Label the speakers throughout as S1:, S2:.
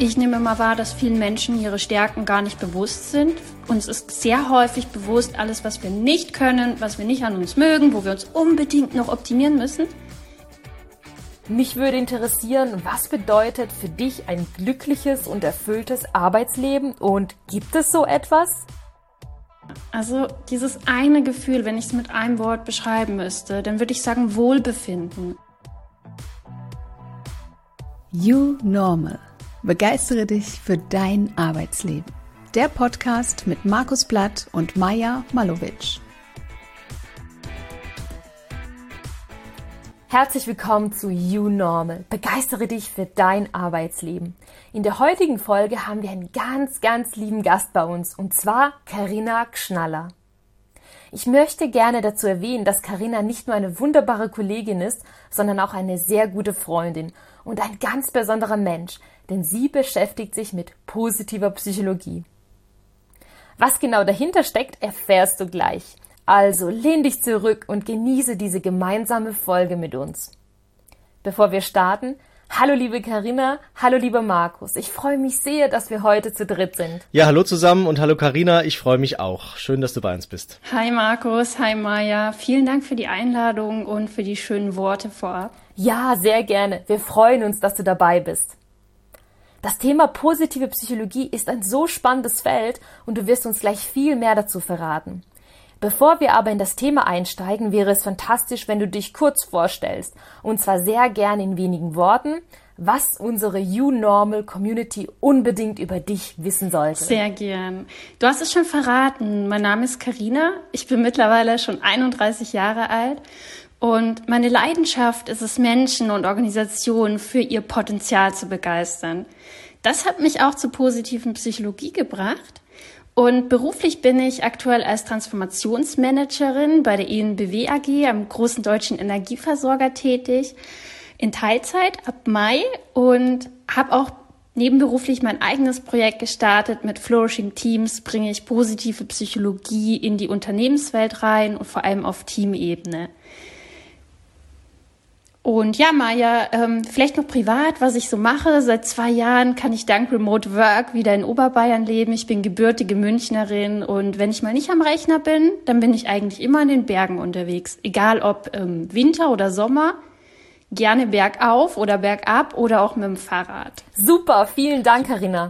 S1: Ich nehme mal wahr, dass vielen Menschen ihre Stärken gar nicht bewusst sind. Uns ist sehr häufig bewusst, alles, was wir nicht können, was wir nicht an uns mögen, wo wir uns unbedingt noch optimieren müssen.
S2: Mich würde interessieren, was bedeutet für dich ein glückliches und erfülltes Arbeitsleben und gibt es so etwas?
S1: Also dieses eine Gefühl, wenn ich es mit einem Wort beschreiben müsste, dann würde ich sagen Wohlbefinden.
S3: You Normal. Begeistere dich für dein Arbeitsleben. Der Podcast mit Markus Blatt und Maja Malowitsch.
S2: Herzlich willkommen zu You Normal. Begeistere dich für dein Arbeitsleben. In der heutigen Folge haben wir einen ganz lieben Gast bei uns, und zwar Carina Gschnaller. Ich möchte gerne dazu erwähnen, dass Carina nicht nur eine wunderbare Kollegin ist, sondern auch eine sehr gute Freundin und ein ganz besonderer Mensch, denn sie beschäftigt sich mit positiver Psychologie. Was genau dahinter steckt, erfährst du gleich. Also lehn dich zurück und genieße diese gemeinsame Folge mit uns. Bevor wir starten, hallo liebe Carina, hallo lieber Markus. Ich freue mich sehr, dass wir heute zu dritt sind.
S4: Ja, hallo zusammen und hallo Carina, ich freue mich auch. Schön, dass du bei uns bist.
S1: Hi Markus, hi Maja. Vielen Dank für die Einladung und für die schönen Worte vorab.
S2: Ja, sehr gerne. Wir freuen uns, dass du dabei bist. Das Thema positive Psychologie ist ein so spannendes Feld und du wirst uns gleich viel mehr dazu verraten. Bevor wir aber in das Thema einsteigen, wäre es fantastisch, wenn du dich kurz vorstellst, und zwar sehr gerne in wenigen Worten, was unsere You Normal Community unbedingt über dich wissen sollte.
S1: Sehr gern. Du hast es schon verraten, mein Name ist Carina, ich bin mittlerweile schon 31 Jahre alt und meine Leidenschaft ist es, Menschen und Organisationen für ihr Potenzial zu begeistern. Das hat mich auch zur positiven Psychologie gebracht. Und beruflich bin ich aktuell als Transformationsmanagerin bei der EnBW AG, einem großen deutschen Energieversorger, tätig, in Teilzeit ab Mai, und habe auch nebenberuflich mein eigenes Projekt gestartet. Mit Flourishing Teams bringe ich positive Psychologie in die Unternehmenswelt rein und vor allem auf Teamebene. Und ja, Maja, vielleicht noch privat, was ich so mache. Seit 2 Jahren kann ich dank Remote Work wieder in Oberbayern leben. Ich bin gebürtige Münchnerin und wenn ich mal nicht am Rechner bin, dann bin ich eigentlich immer in den Bergen unterwegs. Egal ob Winter oder Sommer, gerne bergauf oder bergab oder auch mit dem Fahrrad.
S2: Super, vielen Dank, Carina.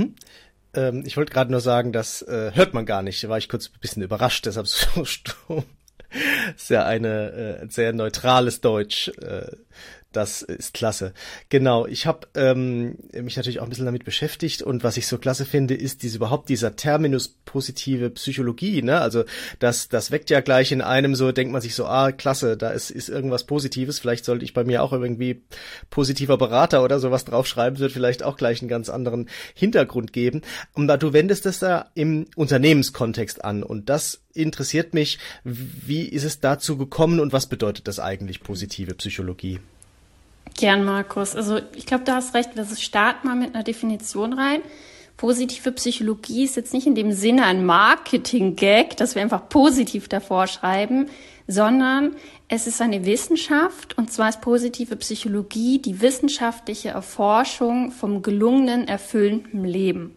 S4: Ich wollte gerade nur sagen, das hört man gar nicht. Da war ich kurz ein bisschen überrascht, deshalb so stumm. Ist ja eine sehr neutrales Deutsch. Das ist klasse. Genau, ich habe mich natürlich auch ein bisschen damit beschäftigt, und was ich so klasse finde, ist dieser Terminus positive Psychologie, ne? Also das weckt ja gleich in einem so, denkt man sich so, klasse, da ist irgendwas Positives, vielleicht sollte ich bei mir auch irgendwie positiver Berater oder sowas draufschreiben, wird vielleicht auch gleich einen ganz anderen Hintergrund geben. Und du wendest das da im Unternehmenskontext an, und das interessiert mich. Wie ist es dazu gekommen und was bedeutet das eigentlich, positive Psychologie?
S1: Gern, Markus. Also ich glaube, du hast recht. Wir starten mal mit einer Definition rein. Positive Psychologie ist jetzt nicht in dem Sinne ein Marketing-Gag, dass wir einfach positiv davor schreiben, sondern es ist eine Wissenschaft, und zwar ist positive Psychologie die wissenschaftliche Erforschung vom gelungenen, erfüllenden Leben.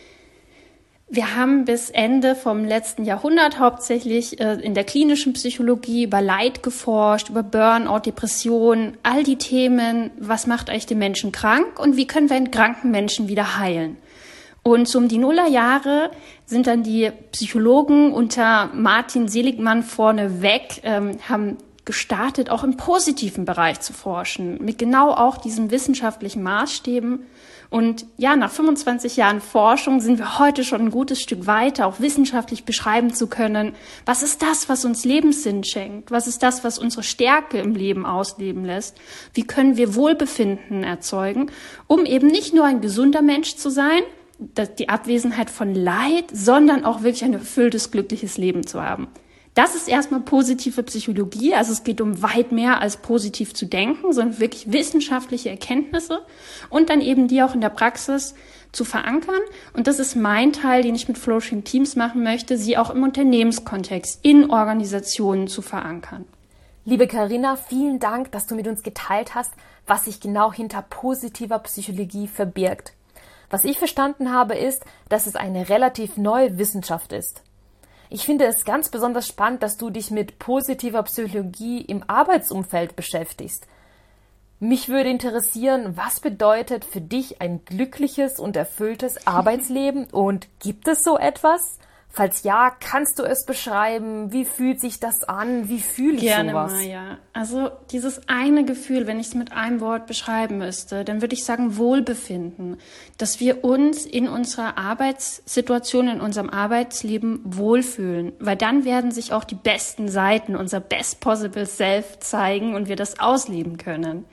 S1: Wir haben bis Ende vom letzten Jahrhundert hauptsächlich in der klinischen Psychologie über Leid geforscht, über Burnout, Depression, all die Themen, was macht eigentlich den Menschen krank und wie können wir einen kranken Menschen wieder heilen. Und so um die Nullerjahre sind dann die Psychologen unter Martin Seligmann vorneweg, haben gestartet, auch im positiven Bereich zu forschen, mit genau auch diesen wissenschaftlichen Maßstäben. Und ja, nach 25 Jahren Forschung sind wir heute schon ein gutes Stück weiter, auch wissenschaftlich beschreiben zu können, was ist das, was uns Lebenssinn schenkt? Was ist das, was unsere Stärke im Leben ausleben lässt? Wie können wir Wohlbefinden erzeugen, um eben nicht nur ein gesunder Mensch zu sein, die Abwesenheit von Leid, sondern auch wirklich ein erfülltes, glückliches Leben zu haben. Das ist erstmal positive Psychologie, also es geht um weit mehr als positiv zu denken, sondern wirklich wissenschaftliche Erkenntnisse und dann eben die auch in der Praxis zu verankern. Und das ist mein Teil, den ich mit Flourishing Teams machen möchte, sie auch im Unternehmenskontext, in Organisationen zu verankern.
S2: Liebe Carina, vielen Dank, dass du mit uns geteilt hast, was sich genau hinter positiver Psychologie verbirgt. Was ich verstanden habe, ist, dass es eine relativ neue Wissenschaft ist. Ich finde es ganz besonders spannend, dass du dich mit positiver Psychologie im Arbeitsumfeld beschäftigst. Mich würde interessieren, was bedeutet für dich ein glückliches und erfülltes Arbeitsleben und gibt es so etwas? Falls ja, kannst du es beschreiben? Wie fühlt sich das an? Wie fühle ich
S1: Gerne,
S2: sowas?
S1: Maja. Also dieses eine Gefühl, wenn ich es mit einem Wort beschreiben müsste, dann würde ich sagen Wohlbefinden. Dass wir uns in unserer Arbeitssituation, in unserem Arbeitsleben wohlfühlen. Weil dann werden sich auch die besten Seiten, unser best possible self zeigen und wir das ausleben können.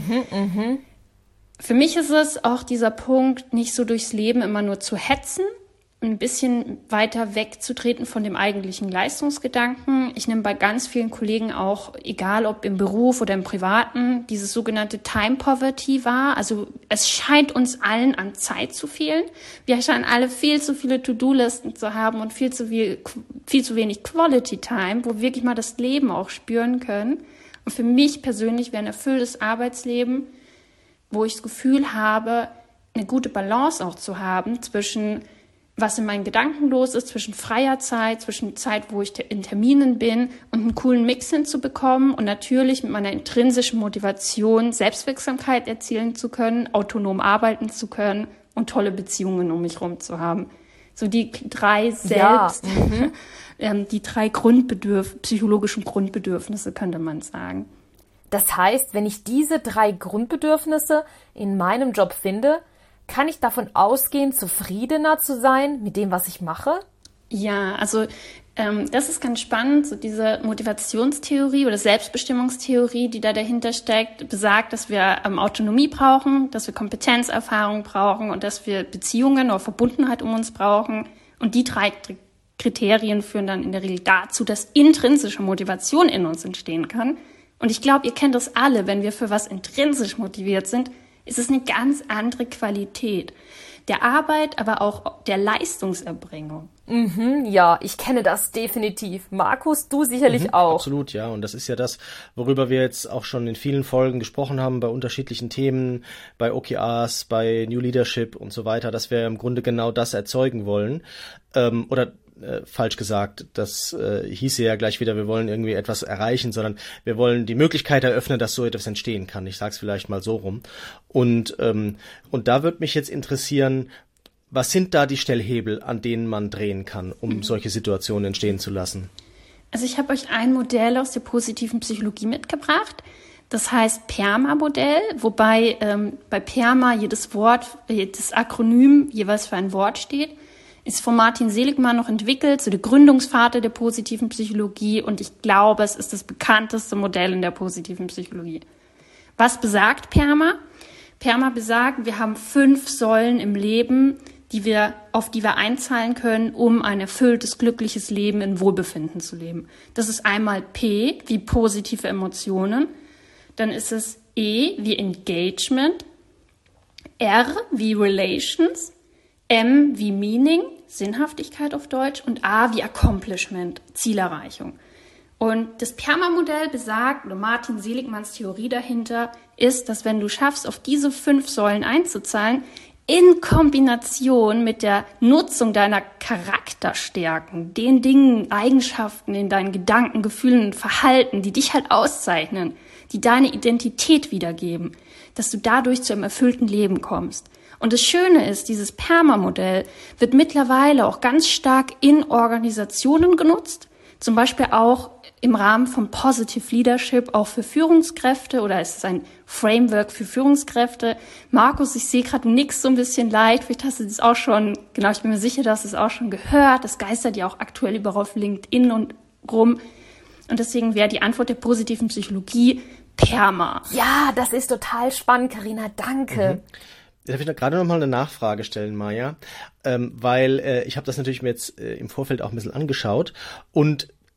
S1: Für mich ist es auch dieser Punkt, nicht so durchs Leben immer nur zu hetzen, ein bisschen weiter wegzutreten von dem eigentlichen Leistungsgedanken. Ich nehme bei ganz vielen Kollegen auch, egal ob im Beruf oder im Privaten, dieses sogenannte Time Poverty wahr. Also es scheint uns allen an Zeit zu fehlen. Wir scheinen alle viel zu viele To-Do-Listen zu haben und viel zu wenig Quality Time, wo wir wirklich mal das Leben auch spüren können. Und für mich persönlich wäre ein erfülltes Arbeitsleben, wo ich das Gefühl habe, eine gute Balance auch zu haben zwischen was in meinen Gedanken los ist, zwischen freier Zeit, zwischen Zeit, wo ich in Terminen bin und einen coolen Mix hinzubekommen und natürlich mit meiner intrinsischen Motivation Selbstwirksamkeit erzielen zu können, autonom arbeiten zu können und tolle Beziehungen um mich herum zu haben. So die drei die drei psychologischen Grundbedürfnisse, könnte man sagen.
S2: Das heißt, wenn ich diese 3 Grundbedürfnisse in meinem Job finde, kann ich davon ausgehen, zufriedener zu sein mit dem, was ich mache?
S1: Ja, also das ist ganz spannend. So diese Motivationstheorie oder Selbstbestimmungstheorie, die da dahinter steckt, besagt, dass wir Autonomie brauchen, dass wir Kompetenzerfahrung brauchen und dass wir Beziehungen oder Verbundenheit um uns brauchen. Und die 3 Kriterien führen dann in der Regel dazu, dass intrinsische Motivation in uns entstehen kann. Und ich glaube, ihr kennt das alle, wenn wir für was intrinsisch motiviert sind, ist es eine ganz andere Qualität der Arbeit, aber auch der Leistungserbringung.
S2: Ja, ich kenne das definitiv. Markus, du sicherlich auch.
S4: Absolut, ja. Und das ist ja das, worüber wir jetzt auch schon in vielen Folgen gesprochen haben, bei unterschiedlichen Themen, bei OKRs, bei New Leadership und so weiter, dass wir im Grunde genau das erzeugen wollen. Falsch gesagt, das hieße ja gleich wieder, wir wollen irgendwie etwas erreichen, sondern wir wollen die Möglichkeit eröffnen, dass so etwas entstehen kann. Ich sage es vielleicht mal so rum. Und da würde mich jetzt interessieren, was sind da die Stellhebel, an denen man drehen kann, um solche Situationen entstehen zu lassen?
S1: Also ich habe euch ein Modell aus der positiven Psychologie mitgebracht. Das heißt PERMA-Modell, wobei bei PERMA jedes Akronym jeweils für ein Wort steht. Ist von Martin Seligman noch entwickelt, so der Gründungsvater der positiven Psychologie, und ich glaube, es ist das bekannteste Modell in der positiven Psychologie. Was besagt PERMA? PERMA besagt, wir haben 5 Säulen im Leben, auf die wir einzahlen können, um ein erfülltes, glückliches Leben in Wohlbefinden zu leben. Das ist einmal P wie positive Emotionen, dann ist es E wie Engagement, R wie Relations, M wie Meaning, Sinnhaftigkeit auf Deutsch, und A wie Accomplishment, Zielerreichung. Und das PERMA-Modell besagt, oder Martin Seligmans Theorie dahinter, ist, dass wenn du schaffst, auf diese 5 Säulen einzuzahlen, in Kombination mit der Nutzung deiner Charakterstärken, den Dingen, Eigenschaften in deinen Gedanken, Gefühlen und Verhalten, die dich halt auszeichnen, die deine Identität wiedergeben, dass du dadurch zu einem erfüllten Leben kommst. Und das Schöne ist, dieses PERMA-Modell wird mittlerweile auch ganz stark in Organisationen genutzt, zum Beispiel auch im Rahmen von Positive Leadership, auch für Führungskräfte, oder ist es ein Framework für Führungskräfte. Markus, ich sehe gerade, du nickst so ein bisschen leicht, vielleicht hast du das auch schon, genau, ich bin mir sicher, du hast es auch schon gehört, das geistert ja auch aktuell überall auf LinkedIn und rum. Und deswegen wäre die Antwort der positiven Psychologie PERMA.
S2: Ja, das ist total spannend, Carina, danke.
S4: Darf ich gerade noch mal eine Nachfrage stellen, Maja? Weil ich habe das natürlich mir jetzt im Vorfeld auch ein bisschen angeschaut und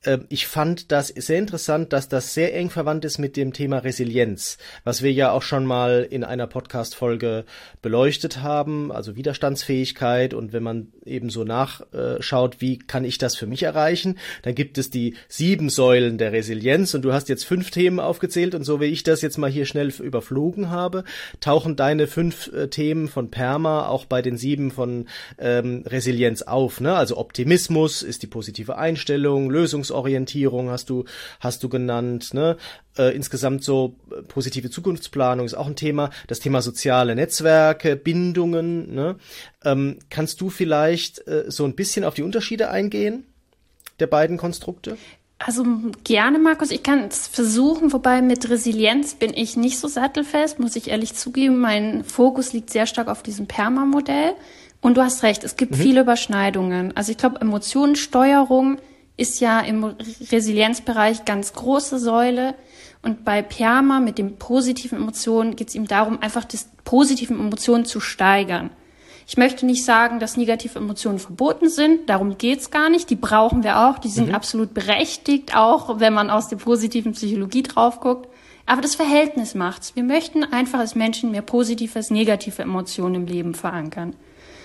S4: ich fand das sehr interessant, dass das sehr eng verwandt ist mit dem Thema Resilienz, was wir ja auch schon mal in einer Podcast-Folge beleuchtet haben, also Widerstandsfähigkeit. Und wenn man eben so nachschaut, wie kann ich das für mich erreichen, dann gibt es die 7 Säulen der Resilienz, und du hast jetzt 5 Themen aufgezählt, und so wie ich das jetzt mal hier schnell überflogen habe, tauchen deine 5 Themen von PERMA auch bei den 7 von Resilienz auf, ne? Also Optimismus ist die positive Einstellung, Lösungsorientierung hast du genannt, ne? Insgesamt so positive Zukunftsplanung ist auch ein Thema. Das Thema soziale Netzwerke, Bindungen, ne? Kannst du vielleicht so ein bisschen auf die Unterschiede eingehen der beiden Konstrukte?
S1: Also gerne, Markus. Ich kann es versuchen, wobei mit Resilienz bin ich nicht so sattelfest, muss ich ehrlich zugeben. Mein Fokus liegt sehr stark auf diesem PERMA-Modell. Und du hast recht, es gibt viele Überschneidungen. Also ich glaube, Emotionssteuerung ist ja im Resilienzbereich ganz große Säule. Und bei PERMA mit den positiven Emotionen geht es ihm darum, einfach die positiven Emotionen zu steigern. Ich möchte nicht sagen, dass negative Emotionen verboten sind. Darum geht's gar nicht. Die brauchen wir auch. Die sind absolut berechtigt, auch wenn man aus der positiven Psychologie drauf guckt. Aber das Verhältnis macht's. Wir möchten einfach als Menschen mehr positive als negative Emotionen im Leben verankern.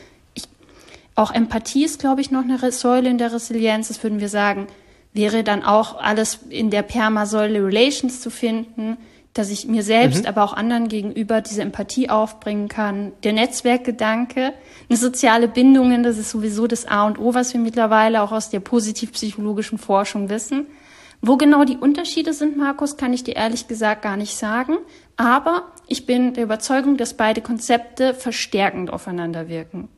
S1: Auch Empathie ist, glaube ich, noch eine Säule in der Resilienz. Das würden wir sagen, wäre dann auch alles in der PERMA-Säule Relations zu finden, dass ich mir selbst, aber auch anderen gegenüber diese Empathie aufbringen kann. Der Netzwerkgedanke, eine soziale Bindungen, das ist sowieso das A und O, was wir mittlerweile auch aus der positiv-psychologischen Forschung wissen. Wo genau die Unterschiede sind, Markus, kann ich dir ehrlich gesagt gar nicht sagen. Aber ich bin der Überzeugung, dass beide Konzepte verstärkend aufeinander wirken.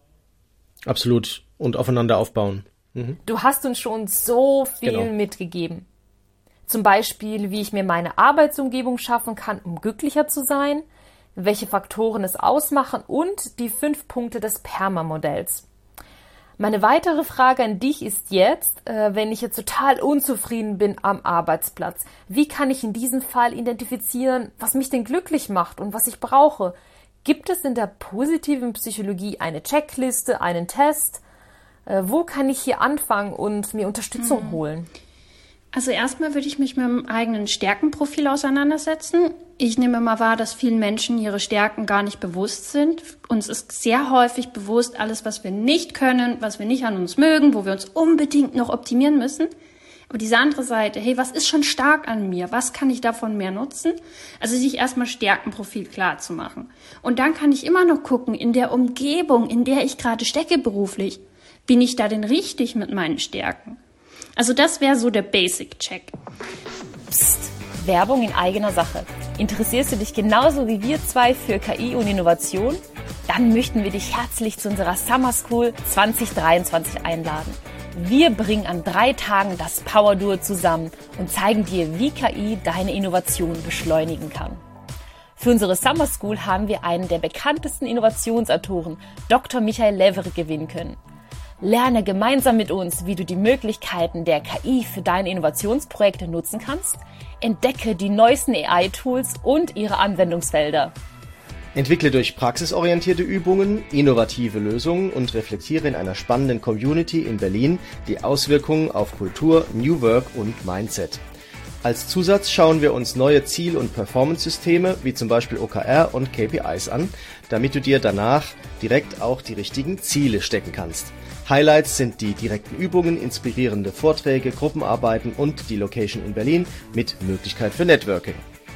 S4: Absolut. Und aufeinander aufbauen.
S2: Du hast uns schon so viel mitgegeben. Zum Beispiel, wie ich mir meine Arbeitsumgebung schaffen kann, um glücklicher zu sein, welche Faktoren es ausmachen und die 5 Punkte des PERMA-Modells. Meine weitere Frage an dich ist jetzt, wenn ich jetzt total unzufrieden bin am Arbeitsplatz, wie kann ich in diesem Fall identifizieren, was mich denn glücklich macht und was ich brauche? Gibt es in der positiven Psychologie eine Checkliste, einen Test? Wo kann ich hier anfangen und mir Unterstützung holen?
S1: Also erstmal würde ich mich mit meinem eigenen Stärkenprofil auseinandersetzen. Ich nehme mal wahr, dass vielen Menschen ihre Stärken gar nicht bewusst sind. Uns ist sehr häufig bewusst, alles, was wir nicht können, was wir nicht an uns mögen, wo wir uns unbedingt noch optimieren müssen. Aber diese andere Seite, hey, was ist schon stark an mir? Was kann ich davon mehr nutzen? Also sich erstmal Stärkenprofil klar zu machen. Und dann kann ich immer noch gucken, in der Umgebung, in der ich gerade stecke beruflich, bin ich da denn richtig mit meinen Stärken? Also das wäre so der Basic-Check.
S2: Psst, Werbung in eigener Sache. Interessierst du dich genauso wie wir zwei für KI und Innovation? Dann möchten wir dich herzlich zu unserer Summer School 2023 einladen. Wir bringen an 3 Tagen das Power-Duo zusammen und zeigen dir, wie KI deine Innovation beschleunigen kann. Für unsere Summer School haben wir einen der bekanntesten Innovationsautoren, Dr. Michael Levere, gewinnen können. Lerne gemeinsam mit uns, wie du die Möglichkeiten der KI für deine Innovationsprojekte nutzen kannst. Entdecke die neuesten AI-Tools und ihre Anwendungsfelder.
S4: Entwickle durch praxisorientierte Übungen innovative Lösungen und reflektiere in einer spannenden Community in Berlin die Auswirkungen auf Kultur, New Work und Mindset. Als Zusatz schauen wir uns neue Ziel- und Performance-Systeme wie zum Beispiel OKR und KPIs an, damit du dir danach direkt auch die richtigen Ziele stecken kannst. Highlights sind die direkten Übungen, inspirierende Vorträge, Gruppenarbeiten und die Location in Berlin mit Möglichkeit für Networking.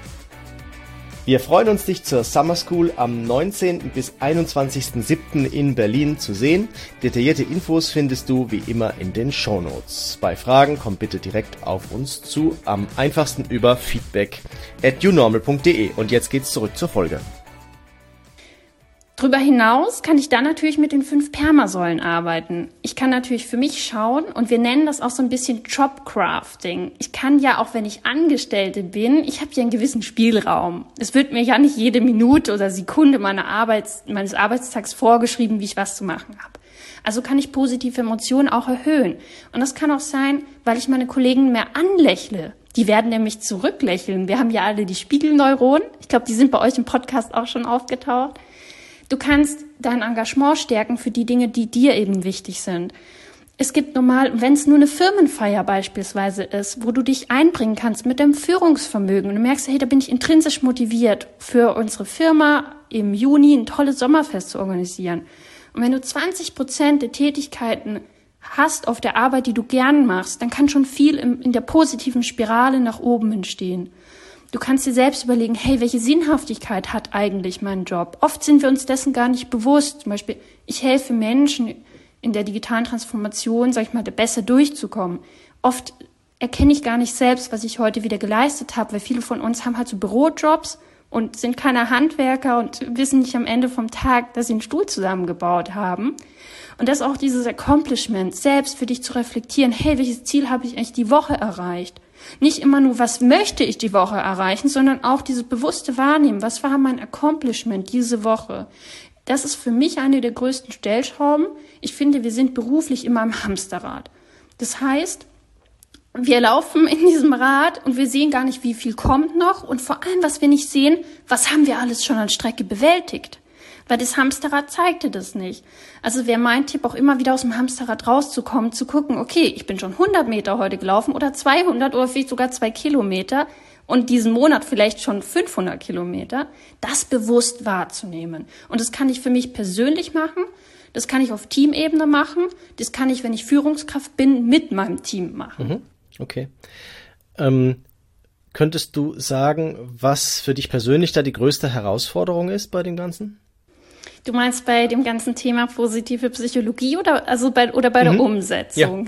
S4: Wir freuen uns, dich zur Summer School am 19. bis 21.07. in Berlin zu sehen. Detaillierte Infos findest du wie immer in den Shownotes. Bei Fragen komm bitte direkt auf uns zu, am einfachsten über feedback@younormal.de. Und jetzt geht's zurück zur Folge.
S1: Darüber hinaus kann ich dann natürlich mit den 5 PERMA-Säulen arbeiten. Ich kann natürlich für mich schauen und wir nennen das auch so ein bisschen Jobcrafting. Ich kann ja auch, wenn ich Angestellte bin, ich habe ja einen gewissen Spielraum. Es wird mir ja nicht jede Minute oder Sekunde meines Arbeitstags vorgeschrieben, wie ich was zu machen habe. Also kann ich positive Emotionen auch erhöhen. Und das kann auch sein, weil ich meine Kollegen mehr anlächle. Die werden nämlich zurücklächeln. Wir haben ja alle die Spiegelneuronen. Ich glaube, die sind bei euch im Podcast auch schon aufgetaucht. Du kannst dein Engagement stärken für die Dinge, die dir eben wichtig sind. Es gibt wenn es nur eine Firmenfeier beispielsweise ist, wo du dich einbringen kannst mit deinem Führungsvermögen und du merkst, hey, da bin ich intrinsisch motiviert, für unsere Firma im Juni ein tolles Sommerfest zu organisieren. Und wenn du 20% der Tätigkeiten hast auf der Arbeit, die du gern machst, dann kann schon viel in der positiven Spirale nach oben entstehen. Du kannst dir selbst überlegen, hey, welche Sinnhaftigkeit hat eigentlich mein Job? Oft sind wir uns dessen gar nicht bewusst. Zum Beispiel, ich helfe Menschen in der digitalen Transformation, sag ich mal, besser durchzukommen. Oft erkenne ich gar nicht selbst, was ich heute wieder geleistet habe, weil viele von uns haben halt so Bürojobs und sind keine Handwerker und wissen nicht am Ende vom Tag, dass sie einen Stuhl zusammengebaut haben. Und das ist auch dieses Accomplishment, selbst für dich zu reflektieren, hey, welches Ziel habe ich eigentlich die Woche erreicht? Nicht immer nur, was möchte ich die Woche erreichen, sondern auch dieses bewusste Wahrnehmen, was war mein Accomplishment diese Woche? Das ist für mich eine der größten Stellschrauben. Ich finde, wir sind beruflich immer im Hamsterrad. Das heißt, wir laufen in diesem Rad und wir sehen gar nicht, wie viel kommt noch. Und vor allem, was wir nicht sehen, was haben wir alles schon an Strecke bewältigt? Weil das Hamsterrad zeigte das nicht. Also wäre mein Tipp auch immer wieder aus dem Hamsterrad rauszukommen, zu gucken, okay, ich bin schon 100 Meter heute gelaufen oder 200 oder vielleicht sogar 2 Kilometer. Und diesen Monat vielleicht schon 500 Kilometer, das bewusst wahrzunehmen. Und das kann ich für mich persönlich machen, das kann ich auf Teamebene machen, das kann ich, wenn ich Führungskraft bin, mit meinem Team machen.
S4: Okay. Könntest du sagen, was für dich persönlich da die größte Herausforderung ist bei dem Ganzen?
S1: Du meinst bei dem ganzen Thema positive Psychologie oder bei der Umsetzung?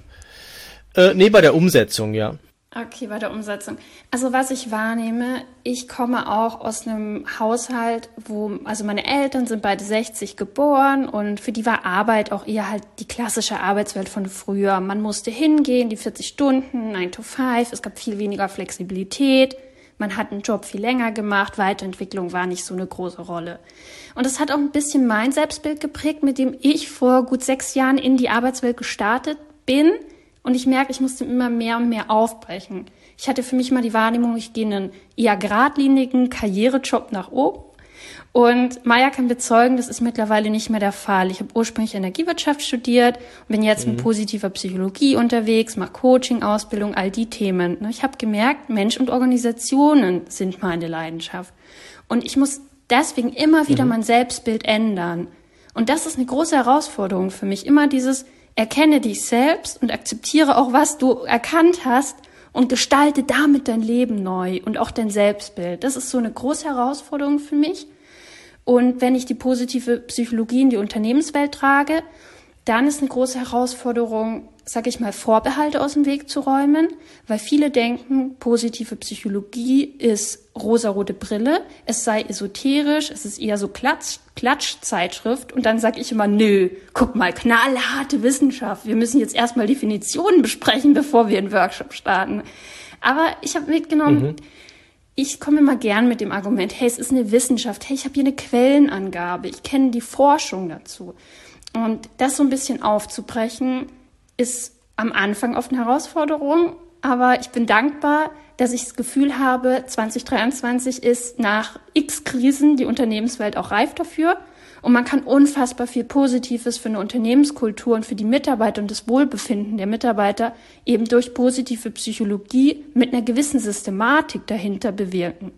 S4: Ja. Nee, bei der Umsetzung, ja.
S1: Okay, bei der Umsetzung. Also was ich wahrnehme, ich komme auch aus einem Haushalt, also meine Eltern sind beide 60 geboren und für die war Arbeit auch eher halt die klassische Arbeitswelt von früher. Man musste hingehen, die 40 Stunden, 9 to 5, es gab viel weniger Flexibilität, man hat einen Job viel länger gemacht, Weiterentwicklung war nicht so eine große Rolle. Und das hat auch ein bisschen mein Selbstbild geprägt, mit dem ich vor gut 6 Jahren in die Arbeitswelt gestartet bin. Und ich merke, ich musste immer mehr und mehr aufbrechen. Ich hatte für mich mal die Wahrnehmung, ich gehe einen eher geradlinigen Karrierejob nach oben. Und Maja kann bezeugen, das ist mittlerweile nicht mehr der Fall. Ich habe ursprünglich Energiewirtschaft studiert und bin jetzt mit positiver Psychologie unterwegs, mache Coaching, Ausbildung, all die Themen. Ich habe gemerkt, Mensch und Organisationen sind meine Leidenschaft. Und ich muss deswegen immer wieder mein Selbstbild ändern. Und das ist eine große Herausforderung für mich. Immer dieses erkenne dich selbst und akzeptiere auch, was du erkannt hast und gestalte damit dein Leben neu und auch dein Selbstbild. Das ist so eine große Herausforderung für mich. Und wenn ich die positive Psychologie in die Unternehmenswelt trage, dann ist eine große Herausforderung, sage ich mal, Vorbehalte aus dem Weg zu räumen, weil viele denken, positive Psychologie ist rosarote Brille, es sei esoterisch, es ist eher so Klatschzeitschrift und dann sage ich immer, nö, guck mal, knallharte Wissenschaft, wir müssen jetzt erstmal Definitionen besprechen, bevor wir einen Workshop starten. Aber ich habe mitgenommen, ich komme immer gern mit dem Argument, hey, es ist eine Wissenschaft, hey, ich habe hier eine Quellenangabe, ich kenne die Forschung dazu. Und das so ein bisschen aufzubrechen, ist am Anfang oft eine Herausforderung, aber ich bin dankbar, dass ich das Gefühl habe, 2023 ist nach x Krisen die Unternehmenswelt auch reif dafür und man kann unfassbar viel Positives für eine Unternehmenskultur und für die Mitarbeiter und das Wohlbefinden der Mitarbeiter eben durch positive Psychologie mit einer gewissen Systematik dahinter bewirken.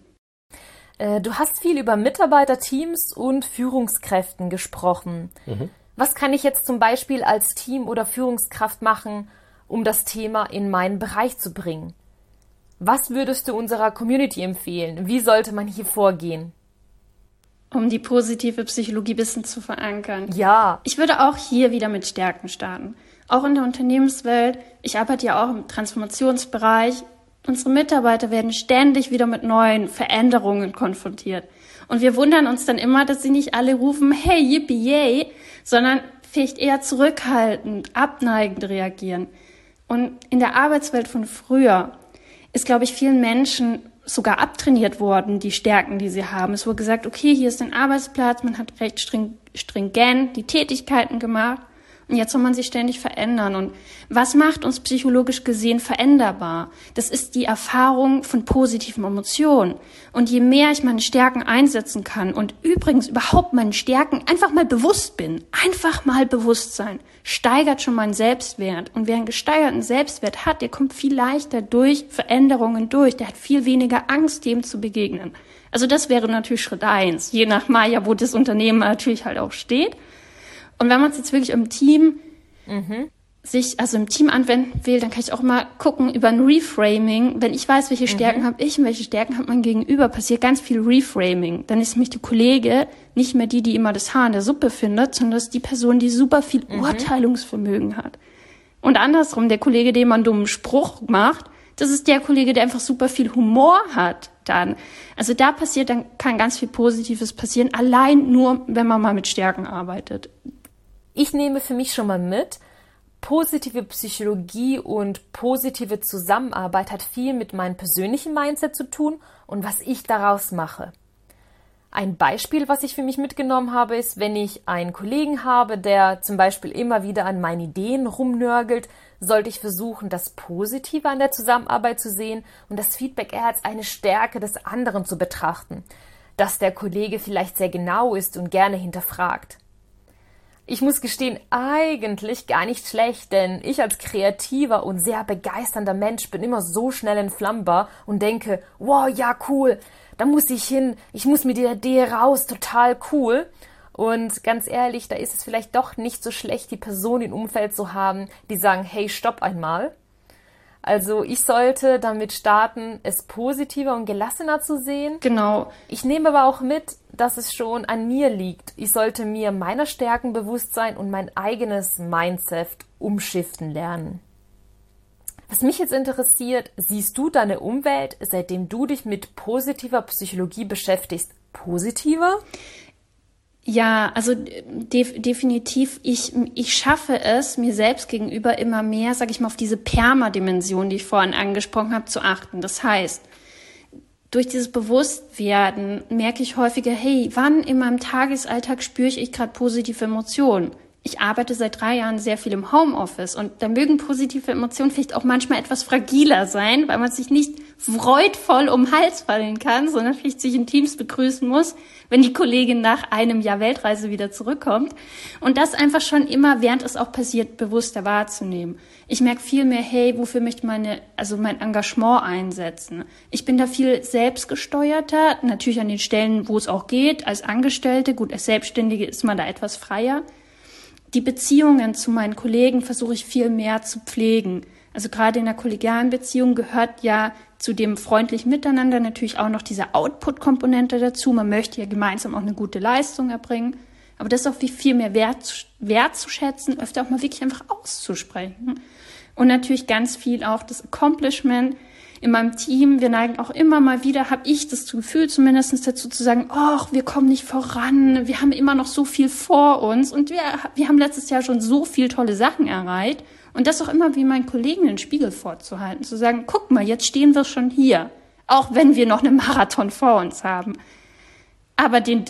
S2: Du hast viel über Mitarbeiterteams und Führungskräften gesprochen. Was kann ich jetzt zum Beispiel als Team oder Führungskraft machen, um das Thema in meinen Bereich zu bringen? Was würdest du unserer Community empfehlen? Wie sollte man hier vorgehen?
S1: Um die positive Psychologie ein bisschen zu verankern.
S2: Ja.
S1: Ich würde auch hier wieder mit Stärken starten. Auch in der Unternehmenswelt. Ich arbeite ja auch im Transformationsbereich. Unsere Mitarbeiter werden ständig wieder mit neuen Veränderungen konfrontiert. Und wir wundern uns dann immer, dass sie nicht alle rufen, hey, yippie, yay, sondern vielleicht eher zurückhaltend, abneigend reagieren. Und in der Arbeitswelt von früher ist, glaube ich, vielen Menschen sogar abtrainiert worden, die Stärken, die sie haben. Es wurde gesagt, okay, hier ist ein Arbeitsplatz, man hat recht stringent die Tätigkeiten gemacht. Und jetzt soll man sich ständig verändern. Und was macht uns psychologisch gesehen veränderbar? Das ist die Erfahrung von positiven Emotionen. Und je mehr ich meine Stärken einsetzen kann und übrigens überhaupt meinen Stärken einfach mal bewusst bin, einfach mal bewusst sein, steigert schon meinen Selbstwert. Und wer einen gesteigerten Selbstwert hat, der kommt viel leichter durch Veränderungen durch. Der hat viel weniger Angst, dem zu begegnen. Also das wäre natürlich Schritt 1, je nach Maja, wo das Unternehmen natürlich halt auch steht. Und wenn man es jetzt wirklich im Team im Team anwenden will, dann kann ich auch mal gucken über ein Reframing. Wenn ich weiß, welche Stärken habe ich und welche Stärken hat mein Gegenüber, passiert ganz viel Reframing. Dann ist nämlich die Kollege nicht mehr die immer das Haar in der Suppe findet, sondern das ist die Person, die super viel Urteilungsvermögen hat. Und andersrum, der Kollege, dem man einen dummen Spruch macht, das ist der Kollege, der einfach super viel Humor hat dann. Also da kann ganz viel Positives passieren, allein nur, wenn man mal mit Stärken arbeitet.
S2: Ich nehme für mich schon mal mit, positive Psychologie und positive Zusammenarbeit hat viel mit meinem persönlichen Mindset zu tun und was ich daraus mache. Ein Beispiel, was ich für mich mitgenommen habe, ist, wenn ich einen Kollegen habe, der zum Beispiel immer wieder an meinen Ideen rumnörgelt, sollte ich versuchen, das Positive an der Zusammenarbeit zu sehen und das Feedback eher als eine Stärke des anderen zu betrachten, dass der Kollege vielleicht sehr genau ist und gerne hinterfragt. Ich muss gestehen, eigentlich gar nicht schlecht, denn ich als kreativer und sehr begeisternder Mensch bin immer so schnell entflammbar und denke, wow, ja, cool, da muss ich hin, ich muss mit der Idee raus, total cool. Und ganz ehrlich, da ist es vielleicht doch nicht so schlecht, die Person im Umfeld zu haben, die sagen, hey, stopp einmal. Also ich sollte damit starten, es positiver und gelassener zu sehen.
S1: Genau.
S2: Ich nehme aber auch mit, dass es schon an mir liegt. Ich sollte mir meiner Stärken bewusst sein und mein eigenes Mindset umschiften lernen. Was mich jetzt interessiert, siehst du deine Umwelt, seitdem du dich mit positiver Psychologie beschäftigst, positiver?
S1: Ja, also definitiv, ich schaffe es, mir selbst gegenüber immer mehr, sage ich mal, auf diese Perma-Dimension, die ich vorhin angesprochen habe, zu achten. Das heißt, durch dieses Bewusstwerden merke ich häufiger, hey, wann in meinem Tagesalltag spüre ich gerade positive Emotionen? Ich arbeite seit 3 Jahren sehr viel im Homeoffice und da mögen positive Emotionen vielleicht auch manchmal etwas fragiler sein, weil man sich nicht freudvoll um den Hals fallen kann, sondern vielleicht sich in Teams begrüßen muss, wenn die Kollegin nach einem Jahr Weltreise wieder zurückkommt. Und das einfach schon immer, während es auch passiert, bewusster wahrzunehmen. Ich merke viel mehr, hey, wofür möchte mein Engagement einsetzen? Ich bin da viel selbstgesteuerter, natürlich an den Stellen, wo es auch geht, als Angestellte. Gut, als Selbstständige ist man da etwas freier. Die Beziehungen zu meinen Kollegen versuche ich viel mehr zu pflegen. Also gerade in einer kollegialen Beziehung gehört ja zu dem freundlichen Miteinander natürlich auch noch diese Output-Komponente dazu. Man möchte ja gemeinsam auch eine gute Leistung erbringen. Aber das ist auch viel mehr wertzuschätzen, öfter auch mal wirklich einfach auszusprechen. Und natürlich ganz viel auch das Accomplishment in meinem Team. Wir neigen auch immer mal wieder, habe ich das Gefühl zumindest dazu zu sagen, ach, wir kommen nicht voran, wir haben immer noch so viel vor uns und wir haben letztes Jahr schon so viel tolle Sachen erreicht. Und das auch immer wie meinen Kollegen den Spiegel vorzuhalten, zu sagen, guck mal, jetzt stehen wir schon hier, auch wenn wir noch einen Marathon vor uns haben. Aber das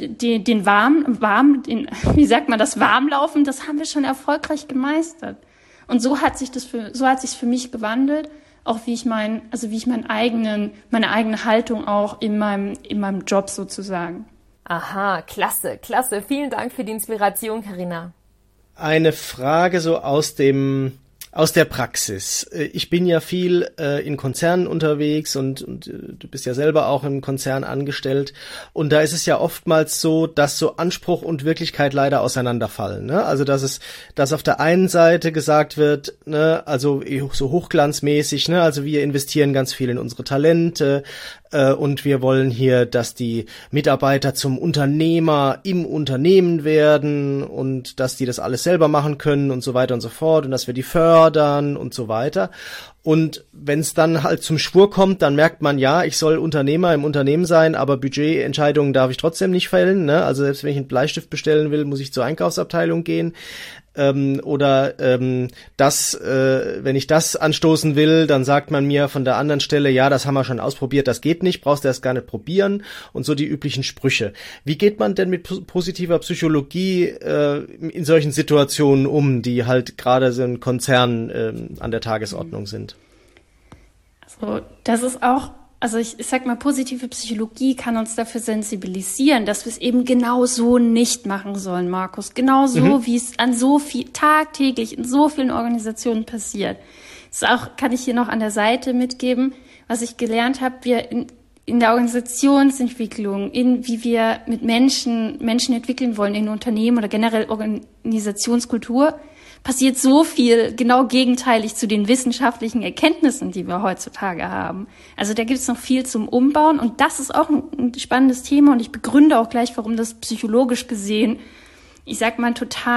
S1: Warmlaufen, das haben wir schon erfolgreich gemeistert. Und so hat sich's für mich gewandelt, auch wie ich meine eigene Haltung auch in meinem Job sozusagen.
S2: Aha, klasse. Vielen Dank für die Inspiration, Carina.
S4: Eine Frage so aus der Praxis. Ich bin ja viel in Konzernen unterwegs und du bist ja selber auch im Konzern angestellt. Und da ist es ja oftmals so, dass so Anspruch und Wirklichkeit leider auseinanderfallen. Ne? Also dass auf der einen Seite gesagt wird, ne, also so hochglanzmäßig, ne, also wir investieren ganz viel in unsere Talente und wir wollen hier, dass die Mitarbeiter zum Unternehmer im Unternehmen werden und dass die das alles selber machen können und so weiter und so fort und dass wir die fördern und so weiter. Und wenn es dann halt zum Schwur kommt, dann merkt man, ja, ich soll Unternehmer im Unternehmen sein, aber Budgetentscheidungen darf ich trotzdem nicht fällen, ne? Also selbst wenn ich einen Bleistift bestellen will, muss ich zur Einkaufsabteilung gehen. Wenn ich das anstoßen will, dann sagt man mir von der anderen Stelle, ja, das haben wir schon ausprobiert, das geht nicht, brauchst du erst gar nicht probieren und so die üblichen Sprüche. Wie geht man denn mit positiver Psychologie in solchen Situationen um, die halt gerade so ein Konzern an der Tagesordnung sind?
S1: Also das ist auch, also ich sag mal, positive Psychologie kann uns dafür sensibilisieren, dass wir es eben genau so nicht machen sollen, Markus. Genau so, wie es an so viel, tagtäglich in so vielen Organisationen passiert. Das ist auch, kann ich hier noch an der Seite mitgeben, was ich gelernt habe, wir in der Organisationsentwicklung, wie wir mit Menschen entwickeln wollen in Unternehmen oder generell Organisationskultur, passiert so viel genau gegenteilig zu den wissenschaftlichen Erkenntnissen, die wir heutzutage haben. Also da gibt es noch viel zum Umbauen und das ist auch ein spannendes Thema und ich begründe auch gleich, warum das psychologisch gesehen, ich sag mal, ein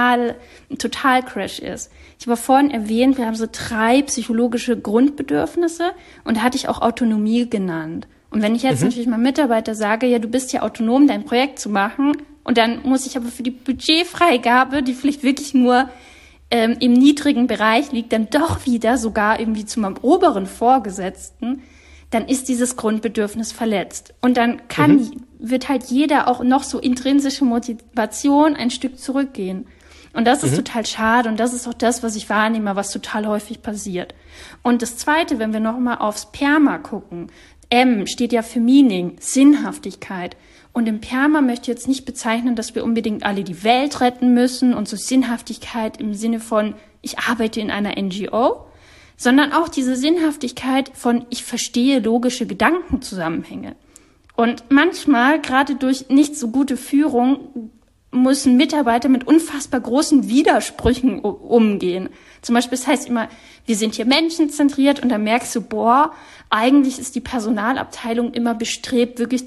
S1: Total-Crash ist. Ich habe vorhin erwähnt, wir haben so 3 psychologische Grundbedürfnisse und da hatte ich auch Autonomie genannt. Und wenn ich jetzt natürlich meinem Mitarbeiter sage, ja, du bist ja autonom, dein Projekt zu machen und dann muss ich aber für die Budgetfreigabe, die vielleicht wirklich nur im niedrigen Bereich liegt, dann doch wieder sogar irgendwie zu meinem oberen Vorgesetzten, dann ist dieses Grundbedürfnis verletzt. Und dann wird halt jeder auch noch so intrinsische Motivation ein Stück zurückgehen. Und das ist total schade und das ist auch das, was ich wahrnehme, was total häufig passiert. Und das Zweite, wenn wir nochmal aufs PERMA gucken, M steht ja für Meaning, Sinnhaftigkeit. Und im PERMA möchte ich jetzt nicht bezeichnen, dass wir unbedingt alle die Welt retten müssen und so Sinnhaftigkeit im Sinne von, ich arbeite in einer NGO, sondern auch diese Sinnhaftigkeit von, ich verstehe logische Gedankenzusammenhänge. Und manchmal, gerade durch nicht so gute Führung, müssen Mitarbeiter mit unfassbar großen Widersprüchen umgehen. Zum Beispiel, das heißt immer, wir sind hier menschenzentriert und dann merkst du, eigentlich ist die Personalabteilung immer bestrebt, wirklich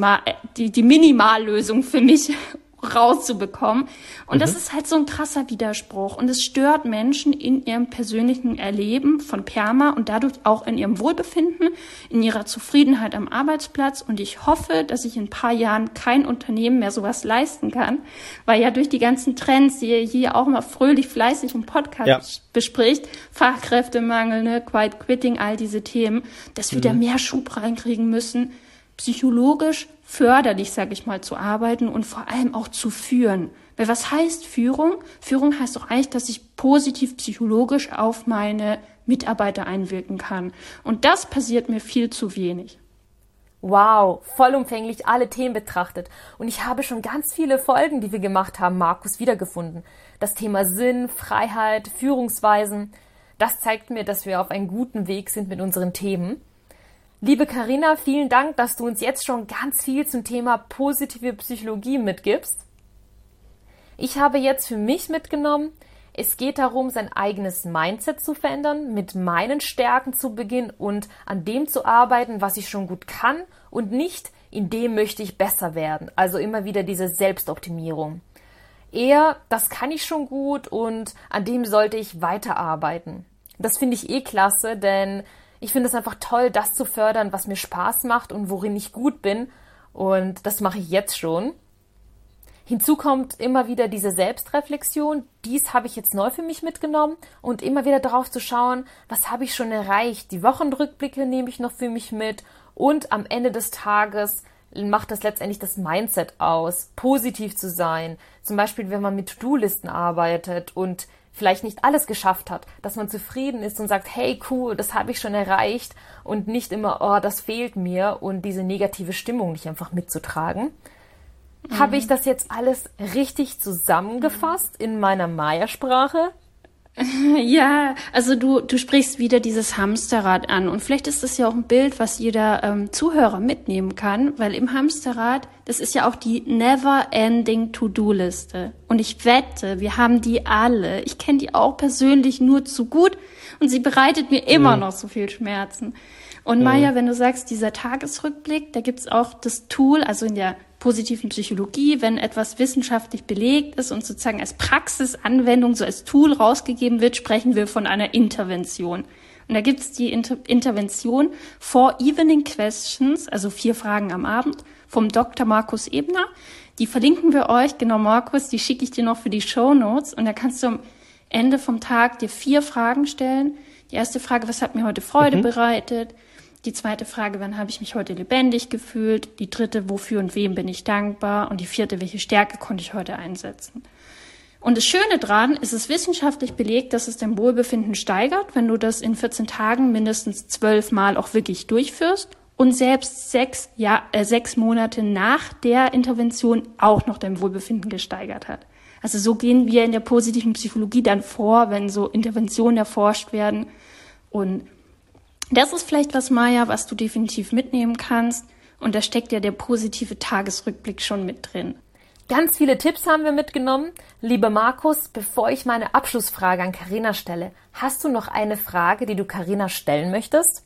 S1: die Minimallösung für mich rauszubekommen. Und das ist halt so ein krasser Widerspruch. Und es stört Menschen in ihrem persönlichen Erleben von PERMA und dadurch auch in ihrem Wohlbefinden, in ihrer Zufriedenheit am Arbeitsplatz. Und ich hoffe, dass sich in ein paar Jahren kein Unternehmen mehr sowas leisten kann, weil ja durch die ganzen Trends, die ihr hier auch mal fröhlich, fleißig im Podcast bespricht, Fachkräftemangel, ne, Quiet Quitting, all diese Themen, dass wir da mehr Schub reinkriegen müssen, psychologisch förderlich, sage ich mal, zu arbeiten und vor allem auch zu führen. Weil was heißt Führung? Führung heißt doch eigentlich, dass ich positiv psychologisch auf meine Mitarbeiter einwirken kann. Und das passiert mir viel zu wenig.
S2: Wow, vollumfänglich alle Themen betrachtet. Und ich habe schon ganz viele Folgen, die wir gemacht haben, Markus, wiedergefunden. Das Thema Sinn, Freiheit, Führungsweisen, das zeigt mir, dass wir auf einem guten Weg sind mit unseren Themen. Liebe Carina, vielen Dank, dass du uns jetzt schon ganz viel zum Thema positive Psychologie mitgibst. Ich habe jetzt für mich mitgenommen, es geht darum, sein eigenes Mindset zu verändern, mit meinen Stärken zu beginnen und an dem zu arbeiten, was ich schon gut kann und nicht, in dem möchte ich besser werden. Also immer wieder diese Selbstoptimierung. Eher, das kann ich schon gut und an dem sollte ich weiterarbeiten. Das finde ich klasse, denn ich finde es einfach toll, das zu fördern, was mir Spaß macht und worin ich gut bin. Und das mache ich jetzt schon. Hinzu kommt immer wieder diese Selbstreflexion. Dies habe ich jetzt neu für mich mitgenommen. Und immer wieder darauf zu schauen, was habe ich schon erreicht. Die Wochenrückblicke nehme ich noch für mich mit. Und am Ende des Tages macht das letztendlich das Mindset aus, positiv zu sein. Zum Beispiel, wenn man mit To-Do-Listen arbeitet und vielleicht nicht alles geschafft hat, dass man zufrieden ist und sagt, hey, cool, das habe ich schon erreicht und nicht immer, das fehlt mir und diese negative Stimmung nicht einfach mitzutragen. Habe ich das jetzt alles richtig zusammengefasst in meiner Maya-Sprache?
S1: Ja, also du sprichst wieder dieses Hamsterrad an und vielleicht ist das ja auch ein Bild, was jeder Zuhörer mitnehmen kann, weil im Hamsterrad, das ist ja auch die never-ending To-Do-Liste und ich wette, wir haben die alle. Ich kenne die auch persönlich nur zu gut und sie bereitet mir immer noch so viel Schmerzen. Und Maya, wenn du sagst, dieser Tagesrückblick, da gibt's auch das Tool, also in der positiven Psychologie, wenn etwas wissenschaftlich belegt ist und sozusagen als Praxisanwendung, so als Tool rausgegeben wird, sprechen wir von einer Intervention. Und da gibt's die Intervention 4 Evening Questions, also 4 Fragen am Abend, vom Dr. Markus Ebner. Die verlinken wir euch, genau Markus, die schicke ich dir noch für die Shownotes. Und da kannst du am Ende vom Tag dir 4 Fragen stellen. Die erste Frage, was hat mir heute Freude bereitet? Die zweite Frage, wann habe ich mich heute lebendig gefühlt? Die dritte, wofür und wem bin ich dankbar? Und die vierte, welche Stärke konnte ich heute einsetzen? Und das Schöne dran, ist es wissenschaftlich belegt, dass es dein Wohlbefinden steigert, wenn du das in 14 Tagen mindestens 12 Mal auch wirklich durchführst und selbst 6 Monate nach der Intervention auch noch dein Wohlbefinden gesteigert hat. Also so gehen wir in der positiven Psychologie dann vor, wenn so Interventionen erforscht werden. Und das ist vielleicht was, Maja, was du definitiv mitnehmen kannst. Und da steckt ja der positive Tagesrückblick schon mit drin.
S2: Ganz viele Tipps haben wir mitgenommen. Lieber Markus, bevor ich meine Abschlussfrage an Carina stelle, hast du noch eine Frage, die du Carina stellen möchtest?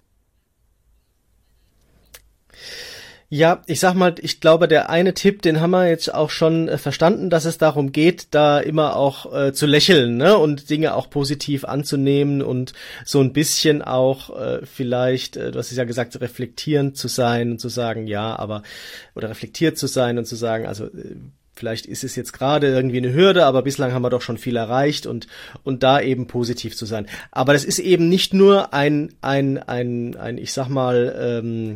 S4: Ja, ich sag mal, ich glaube, der eine Tipp, den haben wir jetzt auch schon verstanden, dass es darum geht, da immer auch zu lächeln, ne, und Dinge auch positiv anzunehmen und so ein bisschen auch vielleicht, du hast es ja gesagt, reflektierend zu sein und zu sagen, ja, aber, oder reflektiert zu sein und zu sagen, also vielleicht ist es jetzt gerade irgendwie eine Hürde, aber bislang haben wir doch schon viel erreicht und da eben positiv zu sein. Aber das ist eben nicht nur ein ich sag mal,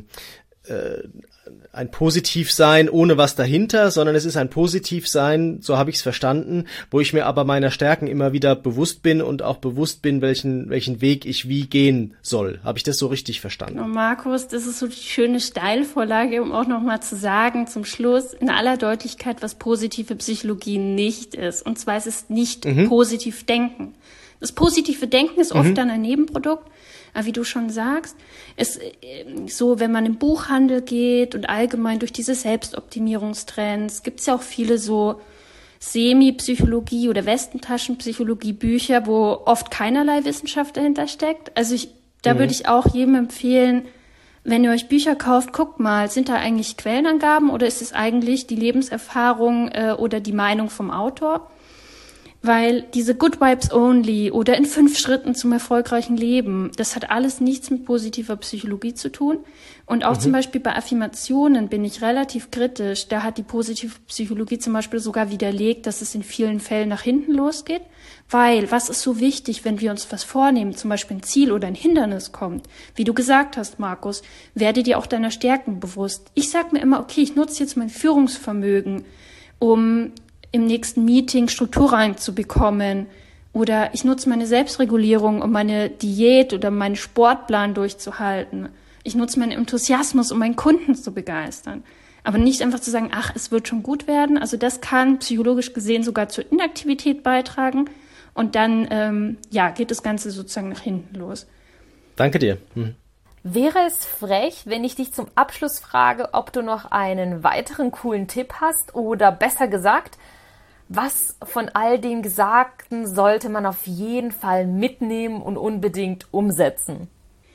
S4: ein Positivsein ohne was dahinter, sondern es ist ein Positivsein, so habe ich es verstanden, wo ich mir aber meiner Stärken immer wieder bewusst bin und auch bewusst bin, welchen Weg ich wie gehen soll. Habe ich das so richtig verstanden?
S1: Und Markus, das ist so die schöne Steilvorlage, um auch nochmal zu sagen, zum Schluss in aller Deutlichkeit, was positive Psychologie nicht ist. Und zwar ist es nicht positiv denken. Das positive Denken ist oft dann ein Nebenprodukt. Aber wie du schon sagst, ist so, wenn man im Buchhandel geht und allgemein durch diese Selbstoptimierungstrends, gibt es ja auch viele so Semi-Psychologie oder Westentaschenpsychologie-Bücher, wo oft keinerlei Wissenschaft dahinter steckt. Also da würde ich auch jedem empfehlen, wenn ihr euch Bücher kauft, guckt mal, sind da eigentlich Quellenangaben oder ist es eigentlich die Lebenserfahrung oder die Meinung vom Autor? Weil diese Good Vibes Only oder in 5 Schritten zum erfolgreichen Leben, das hat alles nichts mit positiver Psychologie zu tun. Und auch zum Beispiel bei Affirmationen bin ich relativ kritisch. Da hat die positive Psychologie zum Beispiel sogar widerlegt, dass es in vielen Fällen nach hinten losgeht. Weil, was ist so wichtig, wenn wir uns was vornehmen, zum Beispiel ein Ziel oder ein Hindernis kommt? Wie du gesagt hast, Markus, werde dir auch deiner Stärken bewusst. Ich sag mir immer, okay, ich nutze jetzt mein Führungsvermögen, um im nächsten Meeting Struktur reinzubekommen. Oder ich nutze meine Selbstregulierung, um meine Diät oder meinen Sportplan durchzuhalten. Ich nutze meinen Enthusiasmus, um meinen Kunden zu begeistern. Aber nicht einfach zu sagen, ach, es wird schon gut werden. Also das kann psychologisch gesehen sogar zur Inaktivität beitragen. Und dann geht das Ganze sozusagen nach hinten los.
S4: Danke dir.
S2: Wäre es frech, wenn ich dich zum Abschluss frage, ob du noch einen weiteren coolen Tipp hast oder besser gesagt, was von all dem Gesagten sollte man auf jeden Fall mitnehmen und unbedingt umsetzen?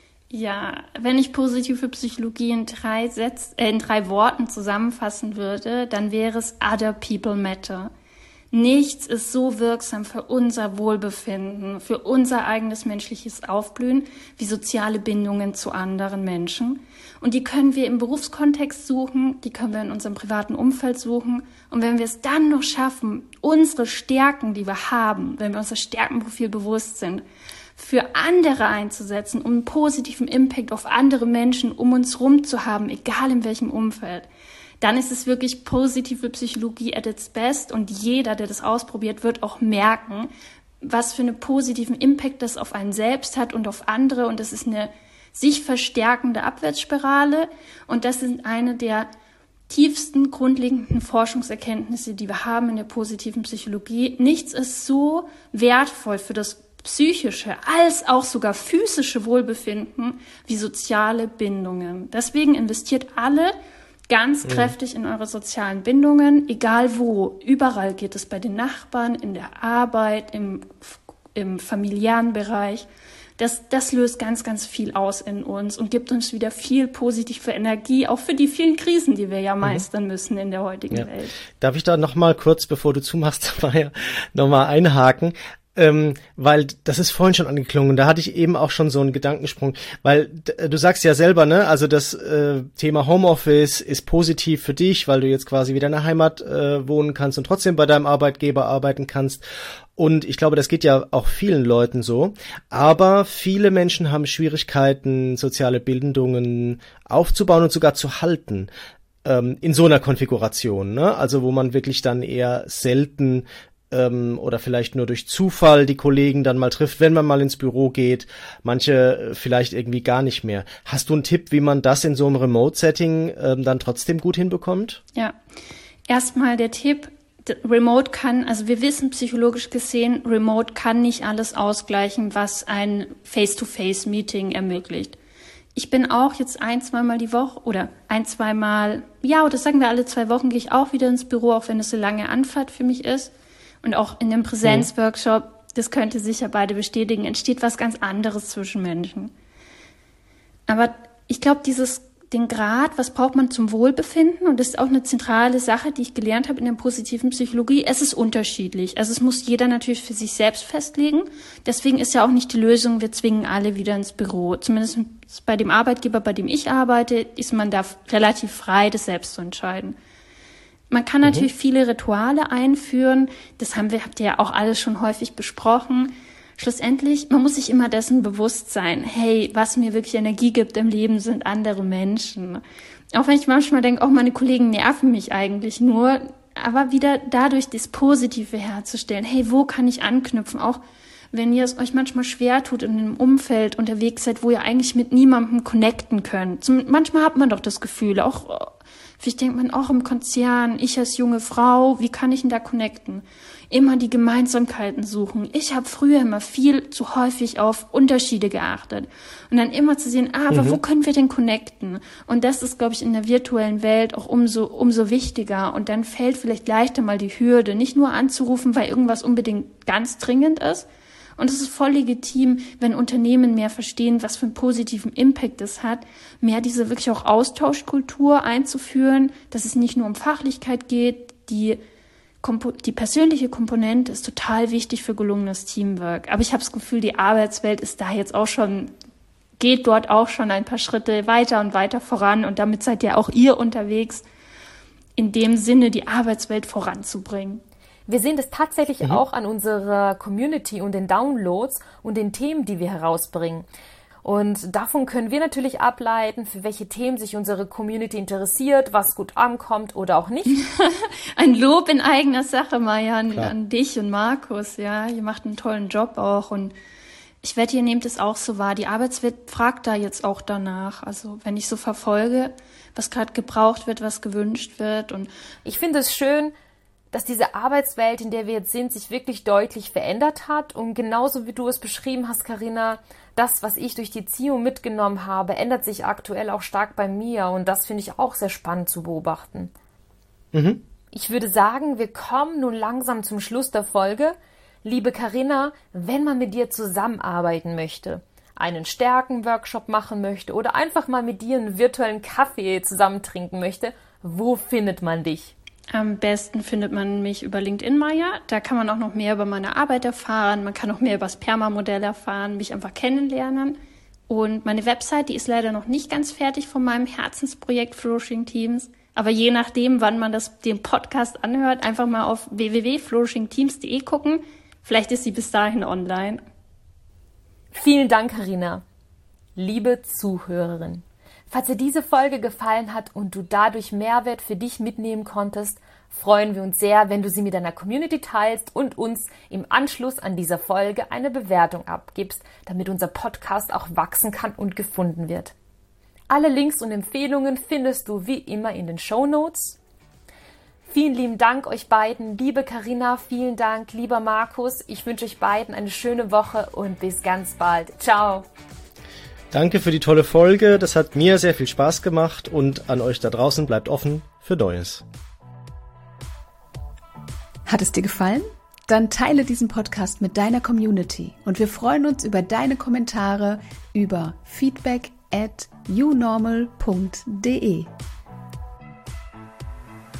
S1: Ja, wenn ich positive Psychologie in 3 Worten zusammenfassen würde, dann wäre es Other People Matter. Nichts ist so wirksam für unser Wohlbefinden, für unser eigenes menschliches Aufblühen wie soziale Bindungen zu anderen Menschen. Und die können wir im Berufskontext suchen, die können wir in unserem privaten Umfeld suchen. Und wenn wir es dann noch schaffen, unsere Stärken, die wir haben, wenn wir unser Stärkenprofil bewusst sind, für andere einzusetzen, um einen positiven Impact auf andere Menschen um uns rum zu haben, egal in welchem Umfeld, dann ist es wirklich positive Psychologie at its best und jeder, der das ausprobiert, wird auch merken, was für einen positiven Impact das auf einen selbst hat und auf andere und das ist eine sich verstärkende Abwärtsspirale und das sind eine der tiefsten grundlegenden Forschungserkenntnisse, die wir haben in der positiven Psychologie. Nichts ist so wertvoll für das psychische als auch sogar physische Wohlbefinden wie soziale Bindungen. Deswegen investiert alle ganz kräftig in eure sozialen Bindungen, egal wo. Überall geht es bei den Nachbarn, in der Arbeit, im familiären Bereich. Das löst ganz, ganz viel aus in uns und gibt uns wieder viel positive Energie, auch für die vielen Krisen, die wir ja meistern müssen in der heutigen Welt.
S4: Darf ich da nochmal kurz, bevor du zumachst, noch mal einhaken? weil das ist vorhin schon angeklungen, da hatte ich eben auch schon so einen Gedankensprung, weil du sagst ja selber, ne, also das Thema Homeoffice ist positiv für dich, weil du jetzt quasi wieder in der Heimat wohnen kannst und trotzdem bei deinem Arbeitgeber arbeiten kannst. Und ich glaube, das geht ja auch vielen Leuten so. Aber viele Menschen haben Schwierigkeiten, soziale Bindungen aufzubauen und sogar zu halten. In so einer Konfiguration, ne? Also wo man wirklich dann eher selten oder vielleicht nur durch Zufall die Kollegen dann mal trifft, wenn man mal ins Büro geht, manche vielleicht irgendwie gar nicht mehr. Hast du einen Tipp, wie man das in so einem Remote-Setting dann trotzdem gut hinbekommt?
S1: Ja, erstmal der Tipp, Remote kann, also wir wissen psychologisch gesehen, Remote kann nicht alles ausgleichen, was ein Face-to-Face-Meeting ermöglicht. Ich bin auch jetzt 1-2 Mal die Woche oder 1-2 Mal, ja, oder sagen wir alle 2 Wochen gehe ich auch wieder ins Büro, auch wenn es eine lange Anfahrt für mich ist. Und auch in dem Präsenzworkshop, das könnte sicher beide bestätigen, entsteht was ganz anderes zwischen Menschen. Aber ich glaube, den Grad, was braucht man zum Wohlbefinden? Und das ist auch eine zentrale Sache, die ich gelernt habe in der positiven Psychologie. Es ist unterschiedlich. Also es muss jeder natürlich für sich selbst festlegen. Deswegen ist ja auch nicht die Lösung, wir zwingen alle wieder ins Büro. Zumindest bei dem Arbeitgeber, bei dem ich arbeite, ist man da relativ frei, das selbst zu entscheiden. Man kann natürlich viele Rituale einführen. Das habt ihr ja auch alles schon häufig besprochen. Schlussendlich, man muss sich immer dessen bewusst sein, hey, was mir wirklich Energie gibt im Leben, sind andere Menschen. Auch wenn ich manchmal denke, meine Kollegen nerven mich eigentlich nur, aber wieder dadurch das Positive herzustellen. Hey, wo kann ich anknüpfen? Auch wenn ihr es euch manchmal schwer tut, in einem Umfeld unterwegs seid, wo ihr eigentlich mit niemandem connecten könnt. Manchmal hat man doch das Gefühl, auch vielleicht denkt man auch im Konzern, ich als junge Frau, wie kann ich denn da connecten? Immer die Gemeinsamkeiten suchen. Ich habe früher immer viel zu häufig auf Unterschiede geachtet. Und dann immer zu sehen, aber wo können wir denn connecten? Und das ist, glaube ich, in der virtuellen Welt auch umso wichtiger. Und dann fällt vielleicht leichter mal die Hürde, nicht nur anzurufen, weil irgendwas unbedingt ganz dringend ist. Und es ist voll legitim, wenn Unternehmen mehr verstehen, was für einen positiven Impact es hat, mehr diese wirklich auch Austauschkultur einzuführen, dass es nicht nur um Fachlichkeit geht, die persönliche Komponente ist total wichtig für gelungenes Teamwork. Aber ich habe das Gefühl, die Arbeitswelt ist da jetzt auch geht dort auch schon ein paar Schritte weiter und weiter voran. Und damit seid ja auch ihr unterwegs, in dem Sinne die Arbeitswelt voranzubringen.
S2: Wir sehen das tatsächlich auch an unserer Community und den Downloads und den Themen, die wir herausbringen. Und davon können wir natürlich ableiten, für welche Themen sich unsere Community interessiert, was gut ankommt oder auch nicht.
S1: Ein Lob in eigener Sache, Maja, an dich und Markus. Ja, ihr macht einen tollen Job auch. Und ich wette, ihr nehmt es auch so wahr. Die Arbeitswelt fragt da jetzt auch danach. Also wenn ich so verfolge, was gerade gebraucht wird, was gewünscht wird. Und
S2: ich finde es schön, dass diese Arbeitswelt, in der wir jetzt sind, sich wirklich deutlich verändert hat. Und genauso wie du es beschrieben hast, Carina, das, was ich durch die CIO mitgenommen habe, ändert sich aktuell auch stark bei mir. Und das finde ich auch sehr spannend zu beobachten. Ich würde sagen, wir kommen nun langsam zum Schluss der Folge. Liebe Carina, wenn man mit dir zusammenarbeiten möchte, einen Stärken-Workshop machen möchte oder einfach mal mit dir einen virtuellen Kaffee zusammen trinken möchte, wo findet man dich?
S1: Am besten findet man mich über LinkedIn, Maja. Da kann man auch noch mehr über meine Arbeit erfahren. Man kann auch mehr über das PERMA-Modell erfahren, mich einfach kennenlernen. Und meine Website, die ist leider noch nicht ganz fertig von meinem Herzensprojekt Flourishing Teams. Aber je nachdem, wann man den Podcast anhört, einfach mal auf www.flourishingteams.de gucken. Vielleicht ist sie bis dahin online.
S2: Vielen Dank, Carina. Liebe Zuhörerin. Falls dir diese Folge gefallen hat und du dadurch Mehrwert für dich mitnehmen konntest, freuen wir uns sehr, wenn du sie mit deiner Community teilst und uns im Anschluss an dieser Folge eine Bewertung abgibst, damit unser Podcast auch wachsen kann und gefunden wird. Alle Links und Empfehlungen findest du wie immer in den Shownotes. Vielen lieben Dank euch beiden. Liebe Carina, vielen Dank. Lieber Markus, ich wünsche euch beiden eine schöne Woche und bis ganz bald. Ciao.
S4: Danke für die tolle Folge, das hat mir sehr viel Spaß gemacht und an euch da draußen bleibt offen für Neues.
S3: Hat es dir gefallen? Dann teile diesen Podcast mit deiner Community und wir freuen uns über deine Kommentare über feedback@unormal.de.